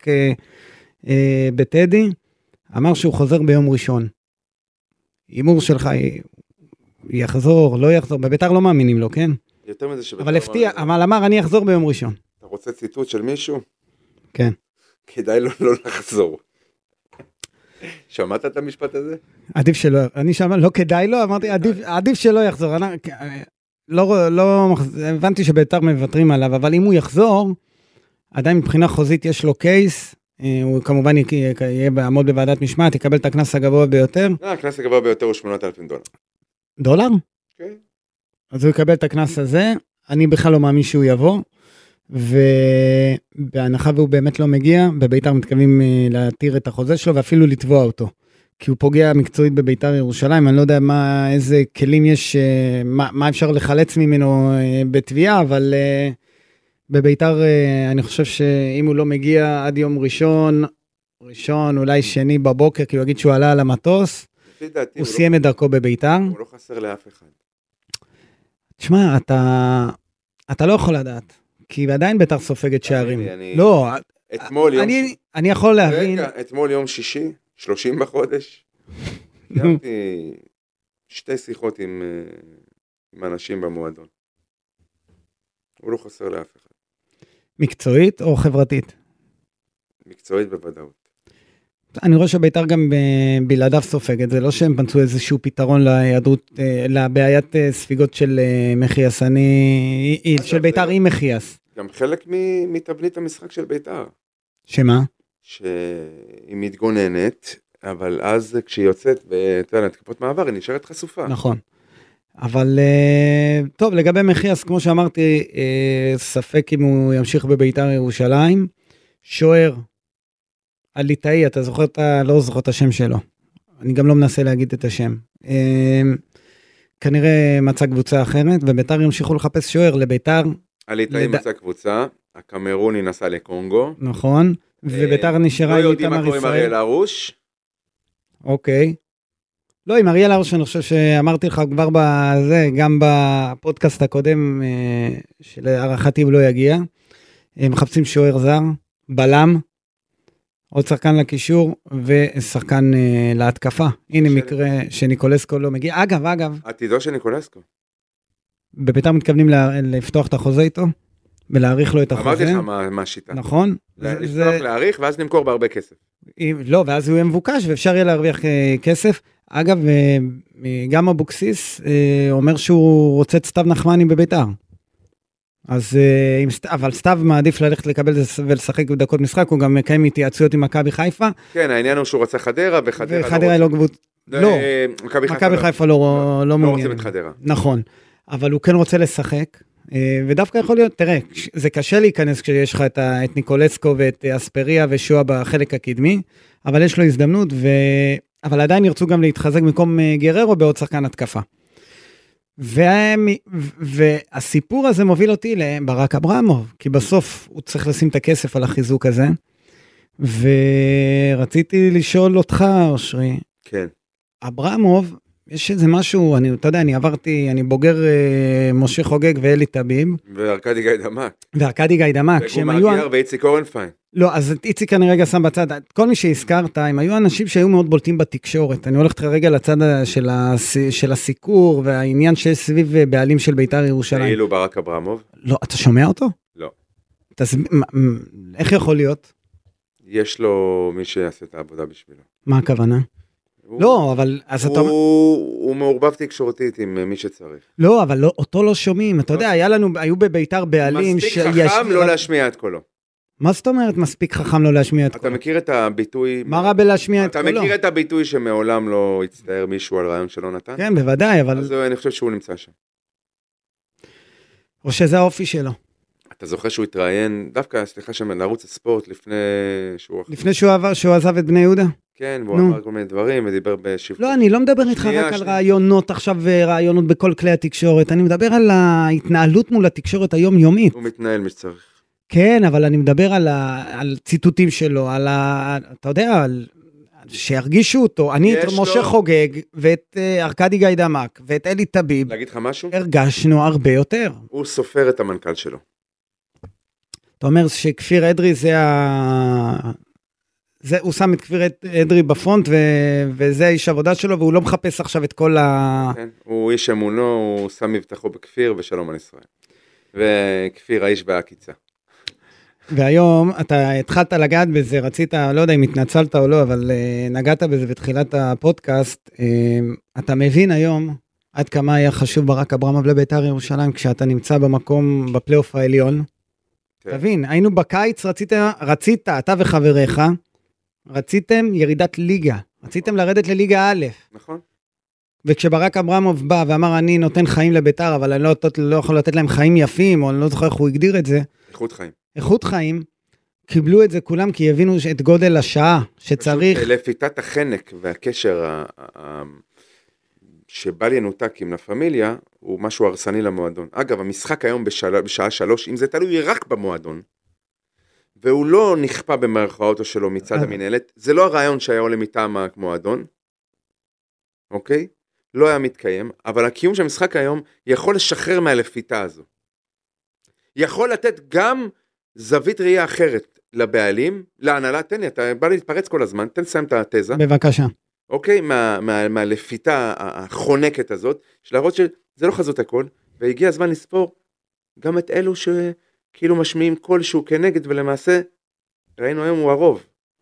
בטדי, אמר שהוא חוזר ביום ראשון. הימור שלך יחזור, לא יחזור, בביתר לא מאמינים לו, כן? יותר מזה שביתר... אבל הפתיע, אבל אמר אני אחזור ביום ראשון. אתה רוצה ציטוט של מישהו? כן. כדאי לו לא לחזור. שמעת את המשפט הזה? עדיף שלא, אני שמע, לא כדאי לו, אמרתי, עדיף שלא יחזור, לא, הבנתי שביתר מוותרים עליו, אבל אם הוא יחזור, עדיין מבחינה חוזית יש לו קייס, הוא כמובן יהיה בעמוד בוועדת משמעת, יקבל את הכנס הגבוה ביותר. הכנס הגבוה ביותר הוא $8,000. דולר? כן. אז הוא יקבל את הכנס הזה, אני בכלל לא מאמין שהוא יבוא, ובהנחה והוא באמת לא מגיע, בביתר מתכוונים להתיר את החוזה שלו, ואפילו לתבוע אותו, כי הוא פוגע מקצועית בביתר ירושלים, אני לא יודע איזה כלים יש, מה אפשר לחלץ ממנו בתביעה, אבל בביתר אני חושב שאם הוא לא מגיע עד יום ראשון, אולי שני בבוקר, כי הוא יגיד שהוא עלה על המטוס, הוא סיים את דרכו בביתר. הוא לא חסר לאף אחד. תשמע, אתה לא יכול לדעת. כי עדיין ביתר סופגת שערים. לא, אני יכול להבין. רגע, אתמול יום שישי, 30 בחודש, קיימתי 2 שיחות עם אנשים במועדון. הוא לא חסר לאף אחד. מקצועית או חברתית? מקצועית בוודאות. אני רואה שביתר גם בלעדיו סופגת, זה לא שהם פנצו איזשהו פתרון לבעיית ספיגות של מחייס, של ביתר עם מחייס. גם חלק מתבנית המשחק של ביתר. שמה? שהיא מתגוננת, אבל אז כשהיא יוצאת בתקופות מעבר, היא נשארת חשופה. נכון. אבל טוב, לגבי מחייס, כמו שאמרתי, ספק אם הוא ימשיך בביתר ירושלים, שוער, הליטאי, אתה זוכר, אתה לא זוכר את השם שלו. אני גם לא מנסה להגיד את השם. כנראה מצא קבוצה אחרת, וביתר ימשיכו לחפש שוער לביתר. הליטאי מצא קבוצה, הקמרוני נסע לקונגו. נכון, וביתר נשארה עם איתמר ישראל. לא יודעים מה קורה עם אריאל הרוש. אוקיי. לא, עם אריאל הרוש, אני חושב שאמרתי לך כבר בזה, גם בפודקאסט הקודם, שלהערכתי הוא לא יגיע. מחפשים שוער זר, בלם, עוד שחקן לקישור, ושחקן להתקפה. הנה מקרה שניקולסקו לא מגיע. אגב. עתידו של ניקולסקו. בביתר מתכוונים לפתוח את החוזה איתו, ולהאריך לו את החוזה. אמרתי לך מה השיטה. נכון. לפתוח להאריך, ואז נמכור בהרבה כסף. לא, ואז הוא יהיה מבוקש, ואפשר יהיה להרוויח כסף. אגב, גם אבוקסיס אומר שהוא רוצה את סתיו נחמני בביתר. אז, אבל סתיו מעדיף ללכת לקבל ולשחק בדקות משחק, הוא גם מקיים התייעצויות עם מכבי חיפה. כן, העניין הוא שהוא רצה חדרה, וחדרה לא גבוט... לא, מכבי חיפה לא מעוניין. לא רוצים את חדרה. נכון. אבל הוא כן רוצה לשחק, ודווקא יכול להיות, תראה, זה קשה להיכנס כשיש לך את ניקולסקו ואת אספריה ושועה בחלק הקדמי, אבל יש לו הזדמנות, אבל עדיין ירצו גם להתחזק במקום גררו בעוד שחקן התקפה. והסיפור הזה מוביל אותי לברק אברמוב, כי בסוף הוא צריך לשים את הכסף על החיזוק הזה, ורציתי לשאול אותך, אושרי, כן. אברמוב, יש איזה משהו, אתה יודע, אני בוגר משה חוגג ואלי טביב. וארקדי גיידמק. וארקדי גיידמק. וגומר ואיציק אורנפיין. לא, אז איציק אני רגע שם בצד, כל מי שהזכרת, הם היו אנשים שהיו מאוד בולטים בתקשורת, אני הולכת רגע לצד של הסיקור, והעניין שיש סביב בעלים של בית"ר ירושלים. כאילו ברק אברמוב? לא, אתה שומע אותו? לא. איך יכול להיות? יש לו מי שיעשה את העבודה בשבילו. מה הכוונה? לא, אבל... הוא מעורבב תקשורתית עם מי שצריך. לא, אבל אותו לא שומעים. אתה יודע, היו בבית"ר בעלים... מספיק חכם לא להשמיע את קולו. מה זאת אומרת מספיק חכם לא להשמיע את קולו? אתה מכיר את הביטוי... מה רע בלהשמיע את קולו? אתה מכיר את הביטוי שמעולם לא יצטער מישהו על רעיון שלא נתן? כן, בוודאי, אבל... אז אני חושב שהוא נמצא שם. או שזה האופי שלו. אתה זוכר שהוא התראיין, דווקא, סליחה שם, לערוץ הספורט לפני שהוא עזב את בני יהודה? כן, והוא אמר כל מיני דברים, ודיבר בשבטות. לא, אני לא מדבר איתך רק על רעיונות עכשיו, רעיונות בכל כלי התקשורת, אני מדבר על ההתנהלות מול התקשורת היומיומית. הוא מתנהל מי שצריך. כן, אבל אני מדבר על ציטוטים שלו, אתה יודע, שירגישו אותו. אני את משה חוגג, ואת ארקדי גיידמק, ואת אלי טביב. להגיד לך משהו? הרגשנו הרבה יותר. הוא סופר את המנכ"ל שלו. אתה אומר שכפיר אדרי הוא שם את כפיר אדרי בפרונט, וזה האיש העבודה שלו, והוא לא מחפש עכשיו את כל כן, הוא איש אמונו, הוא שם מבטחו בכפיר, ושלום על ישראל. וכפיר האיש בהקיצה. והיום אתה התחלת לגעת בזה, רצית, לא יודע אם התנצלת או לא, אבל נגעת בזה בתחילת הפודקאסט, אתה מבין היום עד כמה היה חשוב ברק אברמוב לבית"ר ירושלים, כשאתה נמצא במקום בפלייאוף העליון, תבין, היינו בקיץ, רצית, אתה וחבריך, רציתם ירידת ליגה, רציתם לרדת לליגה א'. נכון. וכשברק אברמוב בא ואמר, אני נותן חיים לבית"ר, אבל אני לא יכול לתת להם חיים יפים, או אני לא זוכר איך הוא הגדיר את זה. איכות חיים. איכות חיים, קיבלו את זה כולם, כי הבינו את גודל השעה שצריך. לפיתת החנק והקשר שבל ינותק עם לפמיליה, הוא משהו הרסני למועדון. אגב, המשחק היום בשעה 3, אם זה תלוי רק במועדון, והוא לא נכפה במרכאות שלו מצד המנהלת, זה לא הרעיון שהיה עולה מטעם המועדון, אוקיי? לא היה מתקיים, אבל הקיום של המשחק היום יכול לשחרר מהלפיתה הזו. יכול לתת גם זווית ראייה אחרת לבעלים, להנהלה, תן לי, אתה בא להתפרץ כל הזמן, תן לסיים את התזה. בבקשה. אוקיי, מהלפיתה החונקת הזאת, שלהראות שזה לא חזות הכל, והגיע הזמן לספור גם את אלו שכאילו משמיעים כלשהו כנגד, ולמעשה ראינו היום הוא הרוב.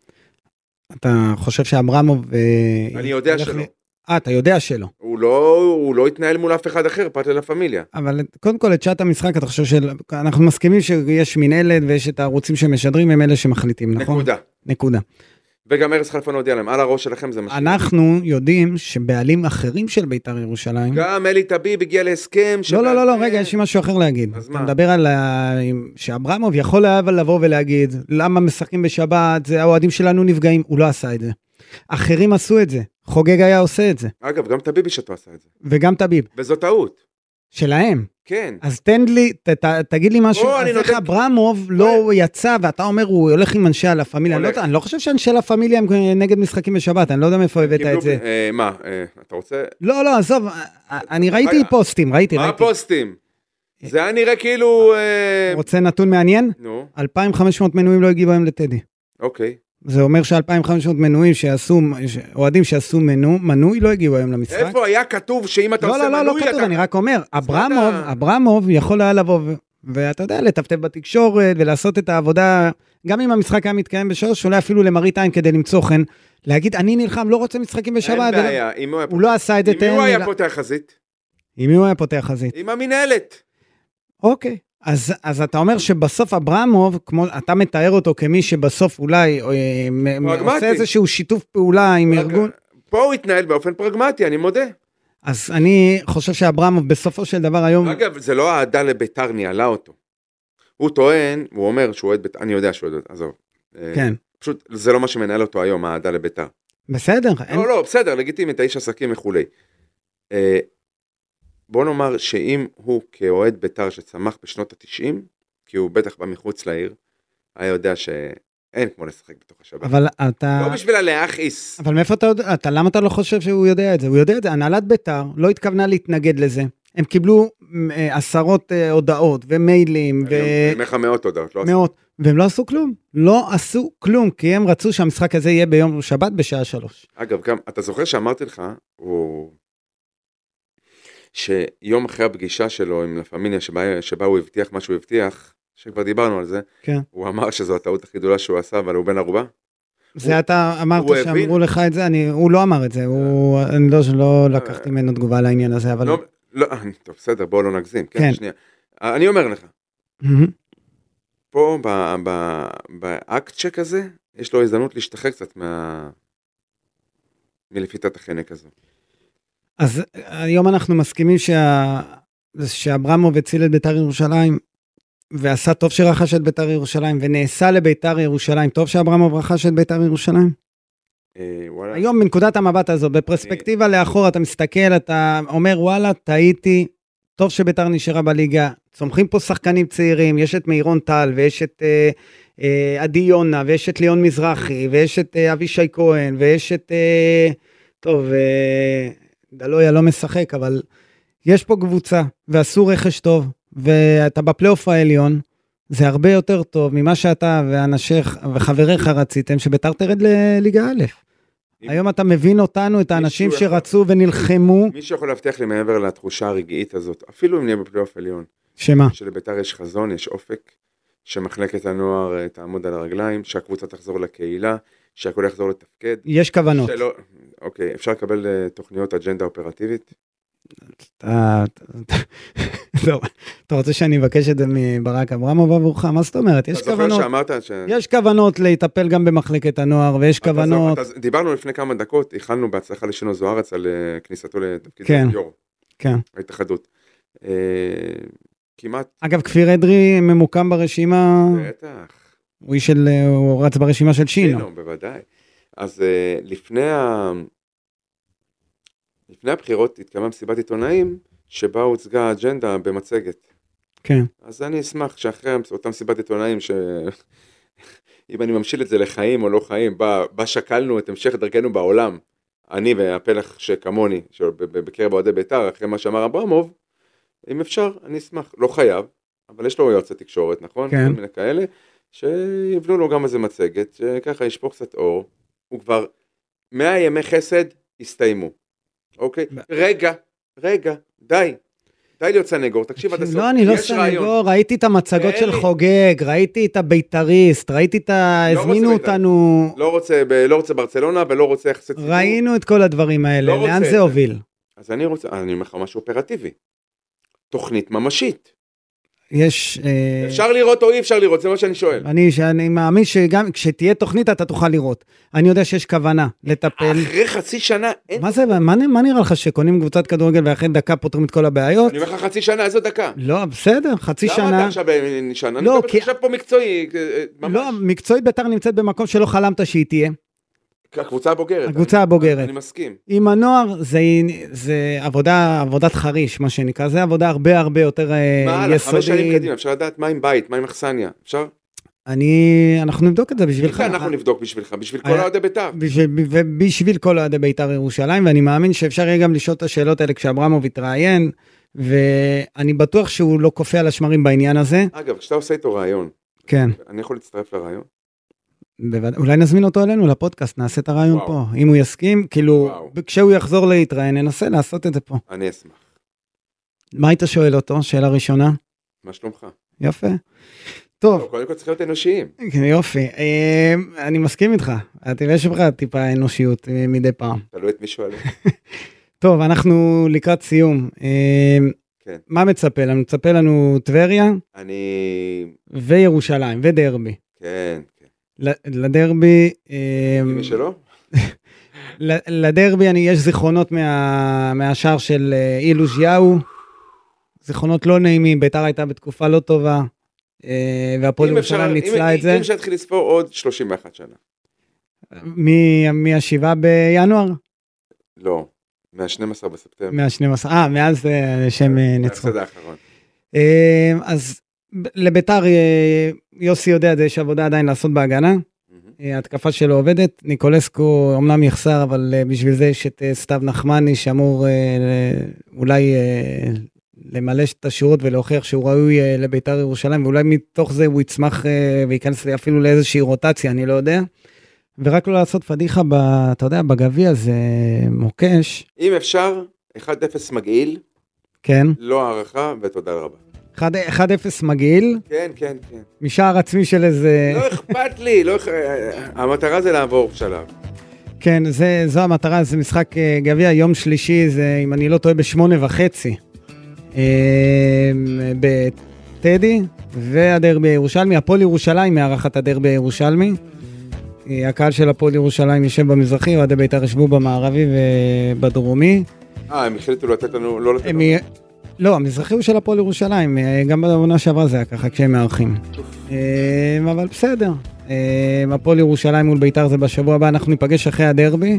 אתה חושב שאברמוב... אני יודע שלא. אתה יודע שלא. הוא לא התנהל מול אף אחד אחר, פרט לפמיליה. אבל קודם כל, את שעת המשחק, אתה חושב אנחנו מסכימים שיש מנהלת, ויש את הערוצים שמשדרים, הם אלה שמחליטים, נכון? נקודה. וגם ארז חלפון הודיע להם, על הראש שלכם זה משהו. אנחנו יודעים שבעלים אחרים של בית"ר ירושלים... גם אלי טביב הגיע להסכם... לא, רגע, יש לי משהו אחר להגיד. אז מה? אתה מדבר על שאברמוב יכול היה לבוא ולהגיד, למה משחקים בשבת, האוהדים שלנו נפגעים, הוא לא עשה את זה. אחרים עשו את זה, חוגג היה עושה את זה. אגב, גם טביב בשעתו עשה את זה. וגם טביב. וזאת טעות. שלהם. כן. אז תגיד לי משהו, אז איך אברמוב לא יצא, ואתה אומר, הוא הולך עם אנשי לה פמיליה, אני לא חושב שאנשי לה פמיליה הם נגד משחקים בשבת, אני לא יודע מאיפה הבאת את זה. מה, אתה רוצה? לא, עזוב, אני ראיתי פוסטים, ראיתי. מה הפוסטים? זה היה נראה כאילו... רוצה נתון מעניין? נו. 2,500 מנויים לא הגיעו היום לטדי. אוקיי. זה אומר ש2,500 מנויים שעשו, אוהדים שעשו מנוי לא הגיעו היום למשחק. איפה היה כתוב שאם אתה עושה מנוי... לא כתוב, אני רק אומר, אברמוב יכול היה לבוא, ואתה יודע, לטפטף בתקשורת, ולעשות את העבודה, גם אם המשחק היה מתקיים בשלוש, אולי אפילו למראית עין כדי למצוא חן, להגיד, אני נלחם, לא רוצה משחקים בשבת. אין בעיה, הוא לא עשה את זה. עם מי הוא היה פותח חזית? עם מי הוא היה פותח חזית? עם המנהלת. אוקיי. אז אתה אומר שבסוף אברמוב, כמו אתה מתאר אותו כמי שבסוף אולי עושה איזשהו שיתוף פעולה עם ארגון. פה הוא התנהל באופן פרגמטי, אני מודה. אז אני חושב שאברמוב בסופו של דבר היום... אגב, זה לא האהדה לביתר ניהלה אותו. הוא טוען, הוא אומר שהוא אוהד ביתר, אני יודע שהוא אוהד, עזוב. כן. פשוט זה לא מה שמנהל אותו היום, האהדה לביתר. בסדר. לא, בסדר, לגיטימי, אתה איש עסקים וכולי. בוא נאמר שאם הוא כאוהד ביתר שצמח בשנות ה-90, כי הוא בטח בא מחוץ לעיר, היה יודע שאין כמו לשחק בתוך השבת. אבל אתה... לא בשביל להכעיס. אבל מאיפה אתה יודע, למה אתה לא חושב שהוא יודע את זה? הוא יודע את זה, הנהלת ביתר לא התכוונה להתנגד לזה. הם קיבלו עשרות הודעות ומיילים. ממך מאות הודעות, לא עשו. מאות, והם לא עשו כלום. לא עשו כלום, כי הם רצו שהמשחק הזה יהיה ביום שבת בשעה 3. אגב, גם, אתה זוכר שאמרתי לך, שיום אחרי הפגישה שלו עם לפמיליה, שבה הוא הבטיח מה שהוא הבטיח, שכבר דיברנו על זה, כן. הוא אמר שזו הטעות הכי גדולה שהוא עשה, אבל הוא בן ערובה. זה אתה אמרת שאמרו לך את זה, הוא לא אמר את זה, אני לא לקחתי ממנו תגובה על העניין הזה, אבל... לא, טוב, בסדר, בואו לא נגזים, כן, שנייה. אני אומר לך, פה באקט צ'ק הזה, יש לו הזדמנות להשתחרר קצת מלפיתת החנק הזו. אז היום אנחנו מסכימים שאברמוב הציל את ביתר ירושלים, ועשה טוב שרכש את ביתר ירושלים, ונעשה לביתר ירושלים, טוב שאברמוב רכש את ביתר ירושלים? היום בנקודת המבט הזו, בפרספקטיבה לאחור, אתה מסתכל, אתה אומר, וואלה, טעיתי, טוב שביתר נשארה בליגה, צומחים פה שחקנים צעירים, יש את מירון טל, ויש את עדי יונה, ויש את ליאון מזרחי, ויש את אבישי כהן, ויש את, טוב, דלויה לא משחק, אבל יש פה קבוצה, ועשו רכש טוב, ואתה בפלייאוף העליון, זה הרבה יותר טוב ממה שאתה ואנשיך וחבריך רציתם, שביתר תרד לליגה א'. היום אתה מבין אותנו, את האנשים שרצו ונלחמו. מי שיכול להבטיח לי מעבר לתחושה הרגעית הזאת, אפילו אם נהיה בפלייאוף עליון. שמה? שלביתר יש חזון, יש אופק, שמחלקת הנוער תעמוד על הרגליים, שהקבוצה תחזור לקהילה, שהכל יחזור לתפקד. יש כוונות. אוקיי, אפשר לקבל תוכניות אג'נדה אופרטיבית? אתה רוצה שאני אבקש את זה מברק אברמוב עבורך? מה זאת אומרת? יש כוונות להטפל גם במחלקת הנוער, ויש כוונות... דיברנו לפני כמה דקות, הכלנו בהצלחה לשינו זוארץ על כניסתו לתפקיד יו"ר. כן. ההתאחדות. כמעט... אגב, כפיר אדרי ממוקם ברשימה... בטח. הוא רץ ברשימה של שינו. בוודאי. אז לפני הבחירות התקיימה מסיבת עיתונאים, שבה הוצגה האג'נדה במצגת. כן. אז אני אשמח שאחרי אותם מסיבת עיתונאים, אם אני ממשיל את זה לחיים או לא חיים, בה שקלנו את המשך דרכנו בעולם, אני והפלח שכמוני, בקרב אוהדי בית"ר, אחרי מה שאמר אברמוב, אם אפשר, אני אשמח. לא חייב, אבל יש לו יועצי תקשורת, נכון? כן. כל מיני כאלה, שיבנו לו גם איזה מצגת, שככה ישפוך קצת אור, הוא כבר 100 ימי חסד הסתיימו. אוקיי? רגע, די להיות סנגור, תקשיב עד הסוף. לא, אני לא סנגור, ראיתי את המצגות של חוגג, ראיתי את הבית"ריסט, ראיתי את הזמינו אותנו... לא רוצה ברצלונה ולא רוצה יחסי ציבור. ראינו את כל הדברים האלה, לאן זה הוביל? אז אני אומר לך משהו אופרטיבי. תוכנית ממשית. אפשר לראות או אי אפשר לראות, זה מה שאני שואל. אני מאמין שגם כשתהיה תוכנית אתה תוכל לראות. אני יודע שיש כוונה לטפל. אחרי חצי שנה אין... מה זה, מה נראה לך שקונים קבוצת כדורגל ואחרי דקה פותרים את כל הבעיות? אני אומר לך חצי שנה, איזו דקה? לא, בסדר, חצי שנה. למה אתה עכשיו נשען? אני חושב פה מקצועי, ממש. לא, מקצועית בית"ר נמצאת במקום שלא חלמת שהיא תהיה. הקבוצה הבוגרת. הקבוצה הבוגרת. אני מסכים. עם הנוער זה עבודת חריש, מה שנקרא, זה עבודה הרבה יותר יסודית. 5 שנים קדימה, אפשר לדעת מה עם בית, מה עם אכסניה, אפשר? אנחנו נבדוק את זה בשבילך. אנחנו נבדוק בשבילך, בשביל כל אוהדי בית"ר. ובשביל כל אוהדי בית"ר ירושלים, ואני מאמין שאפשר יהיה גם לשאול את השאלות האלה כשאברמוב יתראיין, ואני בטוח שהוא לא קופא על השמרים בעניין הזה. אגב, כשאתה עושה איתו רעיון, כן. אני יכול להצטרף לרעיון? אולי נזמין אותו אלינו לפודקאסט, נעשה את הרעיון פה. אם הוא יסכים, כאילו, כשהוא יחזור להתראיין, ננסה לעשות את זה פה. אני אשמח. מה היית שואל אותו? שאלה ראשונה? מה שלומך? יפה. טוב. קודם כל צריך להיות אנושיים. יופי. אני מסכים איתך. יש לך טיפה אנושיות מדי פעם. תלוי את מי שואלים. טוב, אנחנו לקראת סיום. מה מצפה לנו? מצפה לנו טבריה? וירושלים, ודרבי. כן. לדרבי... מי שלא? לדרבי יש זיכרונות מהשער של אילוז' יאו, זיכרונות לא נעימים, ביתר הייתה בתקופה לא טובה, והפועל ירושלים ניצלה את זה. אם אפשר להתחיל לספור עוד 31 שנה. מ-7 בינואר? לא, מה-12 בספטמבר. מאז שהם ניצחו. מהפסד האחרון. אז לביתר, יוסי יודע, יש עבודה עדיין לעשות בהגנה, ההתקפה שלו עובדת, ניקולסקו אומנם יחסר, אבל בשביל זה יש את סתיו נחמני, שאמור אולי למלא את השירות ולהוכיח שהוא ראוי לביתר ירושלים, ואולי מתוך זה הוא יצמח וייכנס אפילו לאיזושהי רוטציה, אני לא יודע. ורק לא לעשות פדיחה, אתה יודע, בגביע זה מוקש. אם אפשר, 1-0 מגעיל, כן. לא הערכה ותודה רבה. 1-0 מגעיל. כן, כן, כן. משער עצמי של איזה... לא אכפת לי, המטרה זה לעבור שלב. כן, זו המטרה, זה משחק גביע, יום שלישי, זה, אם אני לא טועה, ב8:30. בטדי, והדרבי הירושלמי, הפועל ירושלים מארחת הדרבי הירושלמי. הקהל של הפועל ירושלים יושב במזרחי, ועדי ביתר ישבו במערבי ובדרומי. הם החליטו לתת לנו, לא לתת לנו? לא, המזרחי הוא של הפועל ירושלים, גם בעונה שעברה זה היה ככה כשהם מארחים. אבל בסדר, הפועל ירושלים מול ביתר זה בשבוע הבא, אנחנו ניפגש אחרי הדרבי.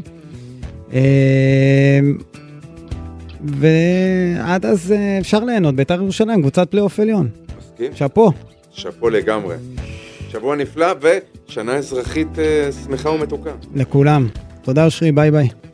ועד אז אפשר ליהנות, ביתר ירושלים, קבוצת פלייאוף עליון. מסכים? שפו. שפו לגמרי. שבוע נפלא ושנה אזרחית שמחה ומתוקה. לכולם. תודה אושרי, ביי ביי.